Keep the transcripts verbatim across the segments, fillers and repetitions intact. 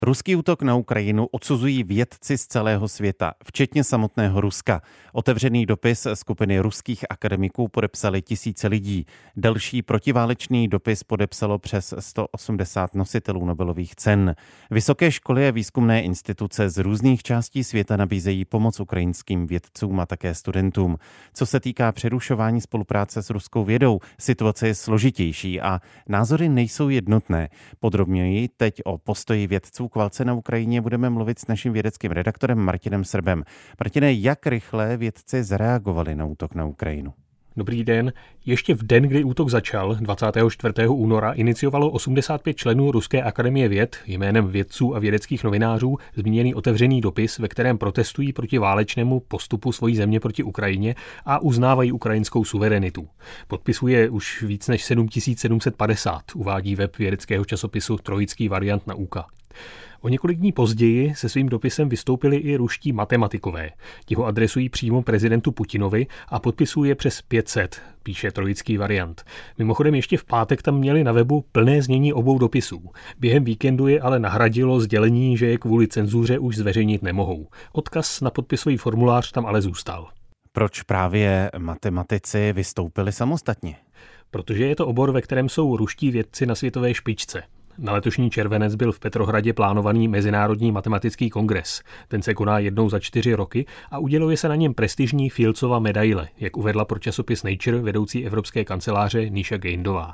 Ruský útok na Ukrajinu odsuzují vědci z celého světa, včetně samotného Ruska. Otevřený dopis skupiny ruských akademiků podepsali tisíce lidí. Další protiválečný dopis podepsalo přes sto osmdesát nositelů Nobelových cen. Vysoké školy a výzkumné instituce z různých částí světa nabízejí pomoc ukrajinským vědcům a také studentům. Co se týká přerušování spolupráce s ruskou vědou, situace je složitější a názory nejsou jednotné. Podrobněji teď o postoji vědců k válce na Ukrajině budeme mluvit s naším vědeckým redaktorem Martinem Srbem. Martine, jak rychle vědci zareagovali na útok na Ukrajinu? Dobrý den. Ještě v den, kdy útok začal, dvacátého čtvrtého února, iniciovalo osmdesát pět členů Ruské akademie věd jménem vědců a vědeckých novinářů zmíněný otevřený dopis, ve kterém protestují proti válečnému postupu svojí země proti Ukrajině a uznávají ukrajinskou suverenitu. Podpisuje už víc než sedm tisíc sedm set padesát, uvádí web vědeckého časopisu Trojický variant nauka. O několik dní později se svým dopisem vystoupili i ruští matematikové. Ti ho adresují přímo prezidentu Putinovi a podpisuje přes pět set, píše Trojický variant. Mimochodem ještě v pátek tam měli na webu plné znění obou dopisů. Během víkendu je ale nahradilo sdělení, že je kvůli cenzuře už zveřejnit nemohou. Odkaz na podpisový formulář tam ale zůstal. Proč právě matematici vystoupili samostatně? Protože je to obor, ve kterém jsou ruští vědci na světové špičce. Na letošní červenec byl v Petrohradě plánovaný Mezinárodní matematický kongres. Ten se koná jednou za čtyři roky a uděluje se na něm prestižní Fieldsova medaile, jak uvedla pro časopis Nature vedoucí evropské kanceláře Nisha Geindová.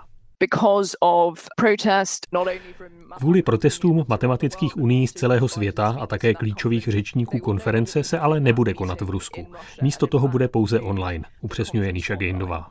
Kvůli protestům matematických unií z celého světa a také klíčových řečníků konference se ale nebude konat v Rusku. Místo toho bude pouze online, upřesňuje Nisha Geindová.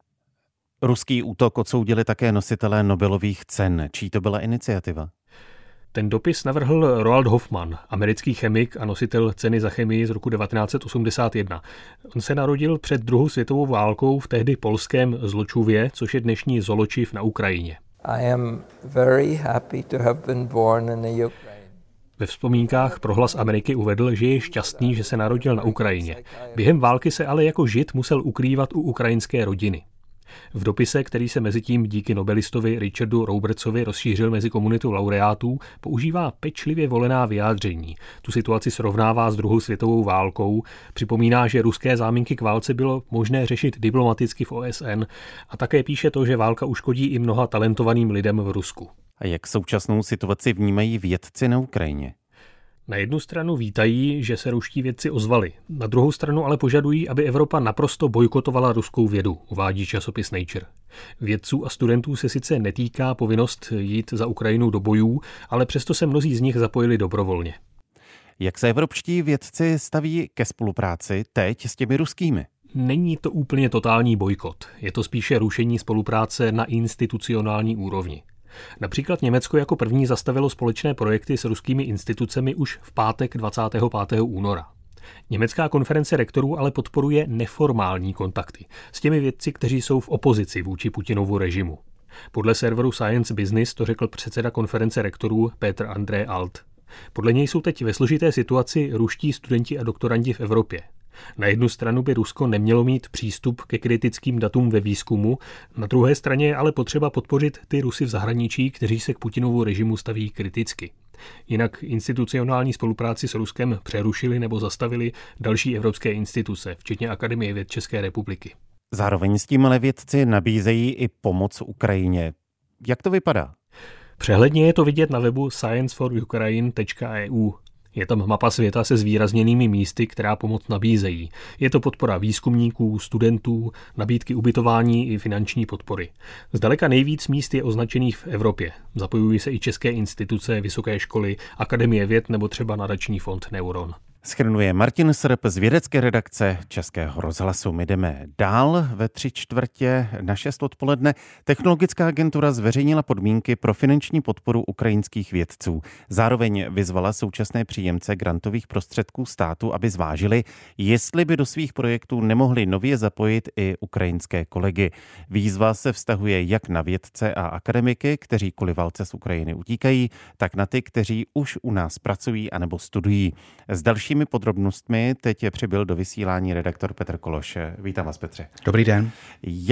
Ruský útok odsoudili také nositelé Nobelových cen. Čí to byla iniciativa? Ten dopis navrhl Roald Hoffman, americký chemik a nositel ceny za chemii z roku devatenáct set osmdesát jedna. On se narodil před druhou světovou válkou v tehdy polském Zločuvě, což je dnešní Zoločiv na Ukrajině. I am very happy to have been born in the Ukraine. Ve vzpomínkách pro Hlas Ameriky uvedl, že je šťastný, že se narodil na Ukrajině. Během války se ale jako Žid musel ukrývat u ukrajinské rodiny. V dopise, který se mezitím díky nobelistovi Richardu Robertsovi rozšířil mezi komunitu laureátů, používá pečlivě volená vyjádření. Tu situaci srovnává s druhou světovou válkou, připomíná, že ruské záminky k válce bylo možné řešit diplomaticky v O S N a také píše to, že válka uškodí i mnoha talentovaným lidem v Rusku. A jak současnou situaci vnímají vědci na Ukrajině? Na jednu stranu vítají, že se ruští vědci ozvali. Na druhou stranu ale požadují, aby Evropa naprosto bojkotovala ruskou vědu, uvádí časopis Nature. Vědců a studentů se sice netýká povinnost jít za Ukrajinu do bojů, ale přesto se mnozí z nich zapojili dobrovolně. Jak se evropští vědci staví ke spolupráci teď s těmi ruskými? Není to úplně totální bojkot. Je to spíše rušení spolupráce na institucionální úrovni. Například Německo jako první zastavilo společné projekty s ruskými institucemi už v pátek dvacátého pátého února. Německá konference rektorů ale podporuje neformální kontakty s těmi vědci, kteří jsou v opozici vůči Putinovu režimu. Podle serveru Science Business to řekl předseda konference rektorů Petr André Alt. Podle něj jsou teď ve složité situaci ruští studenti a doktorandi v Evropě. Na jednu stranu by Rusko nemělo mít přístup ke kritickým datům ve výzkumu, na druhé straně je ale potřeba podpořit ty Rusy v zahraničí, kteří se k Putinovu režimu staví kriticky. Jinak institucionální spolupráci s Ruskem přerušili nebo zastavili další evropské instituce, včetně Akademie věd České republiky. Zároveň s tím ale vědci nabízejí i pomoc Ukrajině. Jak to vypadá? Přehledně je to vidět na webu science for ukraine tečka e u. Je tam mapa světa se zvýrazněnými místy, která pomoc nabízejí. Je to podpora výzkumníků, studentů, nabídky ubytování i finanční podpory. Zdaleka nejvíc míst je označených v Evropě. Zapojují se i české instituce, vysoké školy, Akademie věd nebo třeba nadační fond Neuron. Shrnuje Martin Srb z vědecké redakce Českého rozhlasu. My jdeme dál. Ve tři čtvrtě na šest odpoledne Technologická agentura zveřejnila podmínky pro finanční podporu ukrajinských vědců. Zároveň vyzvala současné příjemce grantových prostředků státu, aby zvážili, jestli by do svých projektů nemohli nově zapojit i ukrajinské kolegy. Výzva se vztahuje jak na vědce a akademiky, kteří kvůli válce z Ukrajiny utíkají, tak na ty, kteří už u nás pracují anebo studují. S další dalšími podrobnostmi teď přibyl do vysílání redaktor Petr Kološ. Vítám vás, Petře. Dobrý den. Jak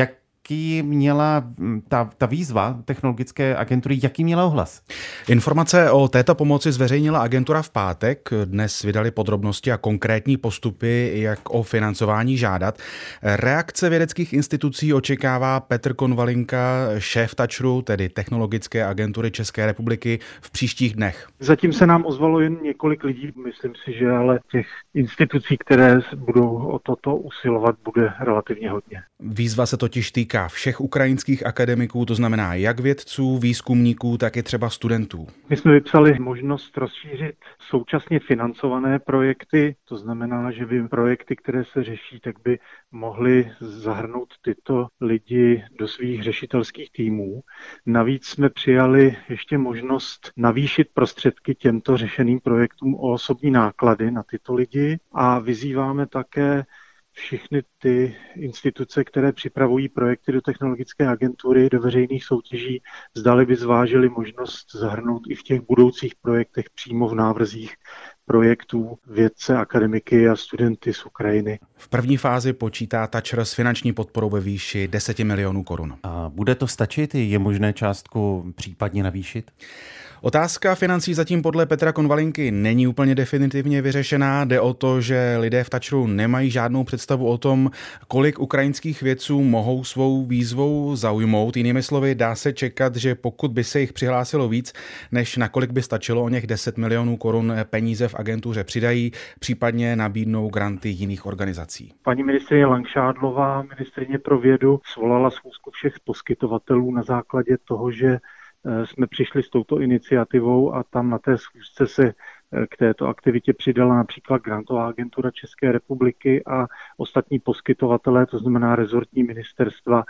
jaký měla ta, ta výzva technologické agentury, jaký měla ohlas? Informace o této pomoci zveřejnila agentura v pátek. Dnes vydali podrobnosti a konkrétní postupy, jak o financování žádat. Reakce vědeckých institucí očekává Petr Konvalinka, šéf TAČRu, tedy Technologické agentury České republiky, v příštích dnech. Zatím se nám ozvalo jen několik lidí, myslím si, že ale těch institucí, které budou o toto usilovat, bude relativně hodně. Výzva se totiž týká všech ukrajinských akademiků, to znamená jak vědců, výzkumníků, tak i třeba studentů. My jsme vypsali možnost rozšířit současně financované projekty, to znamená, že by projekty, které se řeší, tak by mohly zahrnout tyto lidi do svých řešitelských týmů. Navíc jsme přijali ještě možnost navýšit prostředky těmto řešeným projektům o osobní náklady na tyto lidi a vyzýváme také všechny ty instituce, které připravují projekty do technologické agentury, do veřejných soutěží, zdali by zvážili možnost zahrnout i v těch budoucích projektech přímo v návrzích projektů vědce, akademiky a studenty z Ukrajiny. V první fázi počítá TAČR s finanční podporou ve výši deset milionů korun. A bude to stačit? Je možné částku případně navýšit? Otázka financí zatím podle Petra Konvalinky není úplně definitivně vyřešená. Jde o to, že lidé v TAČRu nemají žádnou představu o tom, kolik ukrajinských vědců mohou svou výzvou zaujmout. Jinými slovy, dá se čekat, že pokud by se jich přihlásilo víc, než nakolik by stačilo o něch deset milionů korun, peníze v agentuře přidají, případně nabídnou granty jiných organizací. Paní ministryně Langšádlová, ministryně pro vědu, svolala schůzku všech poskytovatelů na základě toho, že jsme přišli s touto iniciativou a tam na té schůzce se k této aktivitě přidala například Grantová agentura České republiky a ostatní poskytovatelé, to znamená rezortní ministerstva,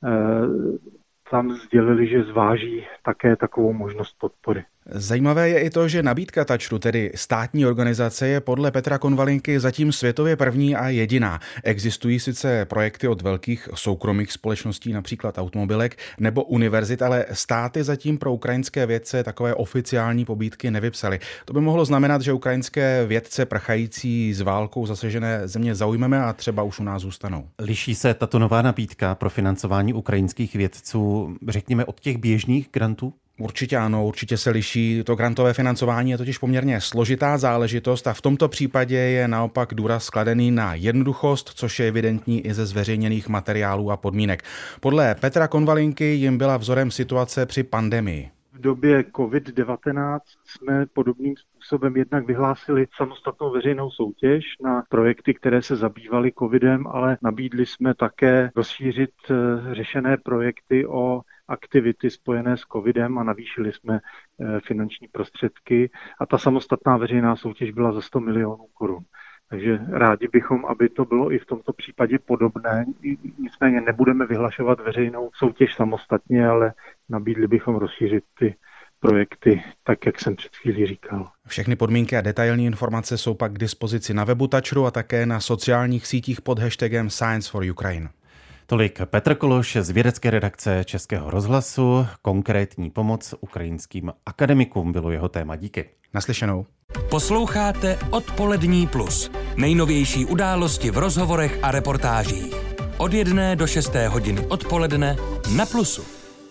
tam sdělili, že zváží také takovou možnost podpory. Zajímavé je i to, že nabídka TAČRu, tedy státní organizace, je podle Petra Konvalinky zatím světově první a jediná. Existují sice projekty od velkých soukromých společností, například automobilek, nebo univerzit, ale státy zatím pro ukrajinské vědce takové oficiální pobídky nevypsaly. To by mohlo znamenat, že ukrajinské vědce prchající s válkou zasažené země zaujmeme a třeba už u nás zůstanou. Liší se tato nová nabídka pro financování ukrajinských vědců, řekněme, od těch běžných grantů? Určitě ano, určitě se liší. To grantové financování je totiž poměrně složitá záležitost a v tomto případě je naopak důraz skladený na jednoduchost, což je evidentní i ze zveřejněných materiálů a podmínek. Podle Petra Konvalinky jim byla vzorem situace při pandemii. V době covid devatenáct jsme podobným způsobem jednak vyhlásili samostatnou veřejnou soutěž na projekty, které se zabývaly covidem, ale nabídli jsme také rozšířit řešené projekty o aktivity spojené s covidem a navýšili jsme finanční prostředky a ta samostatná veřejná soutěž byla za sto milionů korun. Takže rádi bychom, aby to bylo i v tomto případě podobné. Nicméně nebudeme vyhlašovat veřejnou soutěž samostatně, ale nabídli bychom rozšířit ty projekty, tak jak jsem před chvílí říkal. Všechny podmínky a detailní informace jsou pak k dispozici na webu TAČRu a také na sociálních sítích pod hashtagem Science for Ukraine. Tolik Petr Kološ z vědecké redakce Českého rozhlasu. Konkrétní pomoc ukrajinským akademikům bylo jeho téma. Díky. Naslyšenou. Posloucháte Odpolední plus. Nejnovější události v rozhovorech a reportážích. Od jedné do šesté hodiny odpoledne na Plusu.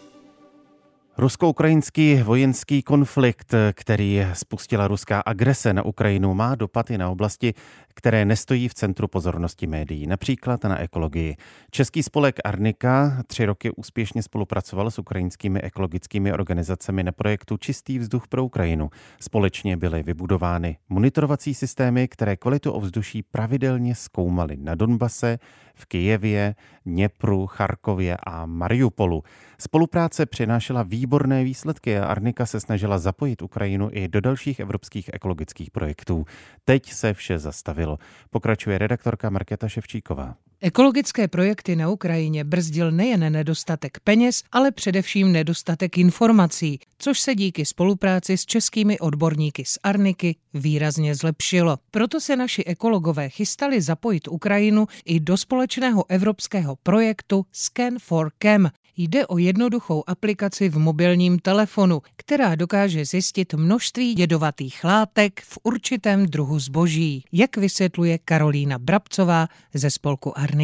Rusko-ukrajinský vojenský konflikt, který spustila ruská agrese na Ukrajinu, má dopad i na oblasti, které nestojí v centru pozornosti médií, například na ekologii. Český spolek Arnika tři roky úspěšně spolupracoval s ukrajinskými ekologickými organizacemi na projektu Čistý vzduch pro Ukrajinu. Společně byly vybudovány monitorovací systémy, které kvalitu ovzduší pravidelně zkoumaly na Donbase, v Kyjevě, Dněpru, Charkově a Mariupolu. Spolupráce přinášela výborné výsledky a Arnika se snažila zapojit Ukrajinu i do dalších evropských ekologických projektů. Teď se vše zastavilo. Pokračuje redaktorka Markéta Ševčíková. Ekologické projekty na Ukrajině brzdil nejen nedostatek peněz, ale především nedostatek informací, což se díky spolupráci s českými odborníky z Arniky výrazně zlepšilo. Proto se naši ekologové chystali zapojit Ukrajinu i do společného evropského projektu Scan for Chem. Jde o jednoduchou aplikaci v mobilním telefonu, která dokáže zjistit množství jedovatých látek v určitém druhu zboží, jak vysvětluje Karolína Brabcová ze spolku Arnika.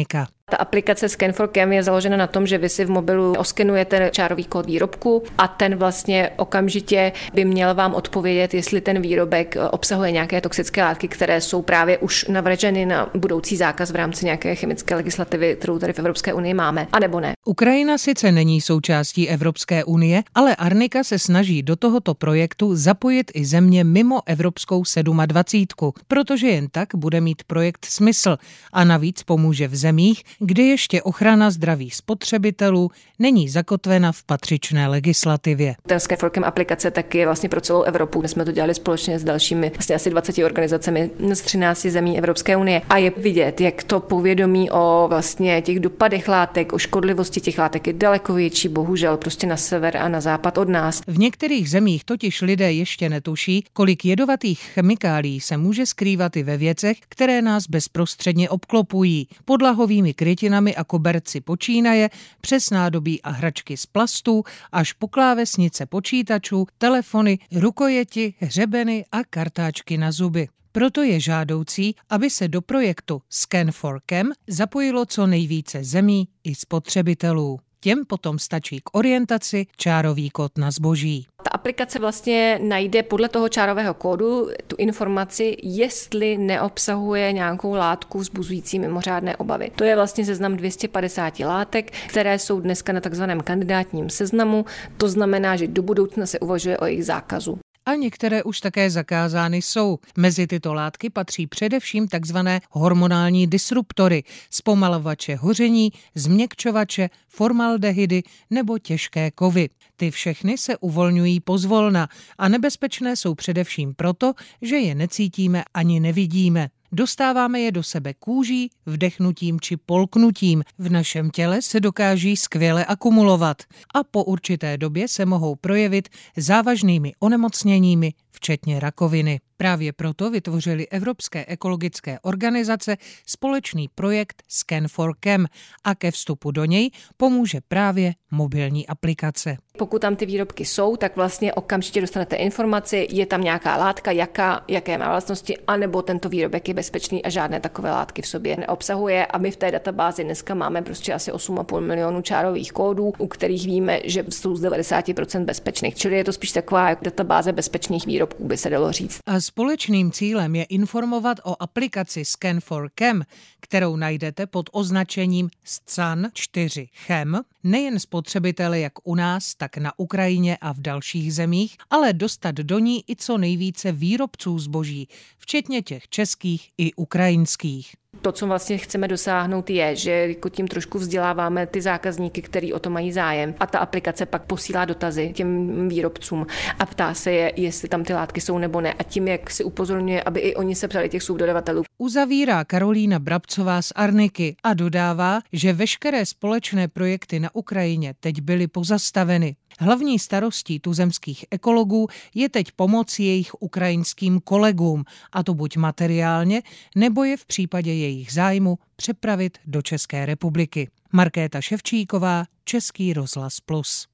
Ta aplikace Scan for Chem je založena na tom, že vy si v mobilu oskenujete čárový kód výrobku a ten vlastně okamžitě by měl vám odpovědět, jestli ten výrobek obsahuje nějaké toxické látky, které jsou právě už navrženy na budoucí zákaz v rámci nějaké chemické legislativy, kterou tady v Evropské unii máme, anebo ne. Ukrajina sice není součástí Evropské unie, ale Arnika se snaží do tohoto projektu zapojit i země mimo Evropskou dvacítku sedm, protože jen tak bude mít projekt smysl a navíc pomůže v zemích, kde ještě ochrana zdraví spotřebitelů není zakotvena v patřičné legislativě. Ten Scan for Chem aplikace taky je vlastně pro celou Evropu. My jsme to dělali společně s dalšími vlastně asi dvaceti organizacemi z třinácti zemí Evropské unie a je vidět, jak to povědomí o vlastně těch dopadech látek, o škodlivosti těch látek je daleko větší, bohužel prostě na sever a na západ od nás. V některých zemích totiž lidé ještě netuší, kolik jedovatých chemikálií se může skrývat i ve věcech, které nás bezprostředně obklopují. Podlahovými krytinami a koberci počínaje, přes nádobí a hračky z plastů, až po klávesnice počítačů, telefony, rukojeti, hřebeny a kartáčky na zuby. Proto je žádoucí, aby se do projektu Scan for Chem zapojilo co nejvíce zemí i spotřebitelů. Těm potom stačí k orientaci čárový kód na zboží. Ta aplikace vlastně najde podle toho čárového kódu tu informaci, jestli neobsahuje nějakou látku vzbuzující mimořádné obavy. To je vlastně seznam dvě stě padesát látek, které jsou dneska na takzvaném kandidátním seznamu. To znamená, že do budoucna se uvažuje o jejich zákazu. A některé už také zakázány jsou. Mezi tyto látky patří především takzvané hormonální disruptory, zpomalovače hoření, změkčovače, formaldehydy nebo těžké kovy. Ty všechny se uvolňují pozvolna a nebezpečné jsou především proto, že je necítíme ani nevidíme. Dostáváme je do sebe kůží, vdechnutím či polknutím. V našem těle se dokáží skvěle akumulovat a po určité době se mohou projevit závažnými onemocněními, včetně rakoviny. Právě proto vytvořili evropské ekologické organizace společný projekt Scan for Chem a ke vstupu do něj pomůže právě mobilní aplikace. Pokud tam ty výrobky jsou, tak vlastně okamžitě dostanete informaci, je tam nějaká látka, jaká, jaké má vlastnosti, anebo tento výrobek je bezpečný a žádné takové látky v sobě neobsahuje. A my v té databázi dneska máme prostě asi osm a půl milionu čárových kódů, u kterých víme, že jsou z devadesát procent bezpečných. Čili je to spíš taková jako databáze bezpečných výrobků, by se dalo říct. A společným cílem je informovat o aplikaci Scan for Chem, kterou najdete pod označením S C A N čtyři Chem, nejen spotřebitele jak u nás, tak na Ukrajině a v dalších zemích, ale dostat do ní i co nejvíce výrobců zboží, včetně těch českých i ukrajinských. To, co vlastně chceme dosáhnout, je, že jako tím trošku vzděláváme ty zákazníky, kteří o to mají zájem. A ta aplikace pak posílá dotazy těm výrobcům a ptá se je, jestli tam ty látky jsou nebo ne. A tím, jak si upozorňuje, aby i oni se ptali těch subdodavatelů. Uzavírá Karolína Brabcová z Arniky a dodává, že veškeré společné projekty na Ukrajině teď byly pozastaveny. Hlavní starostí tuzemských ekologů je teď pomoc jejich ukrajinským kolegům, a to buď materiálně, nebo je v případě jejich zájmu přepravit do České republiky. Markéta Ševčíková, Český rozhlas Plus.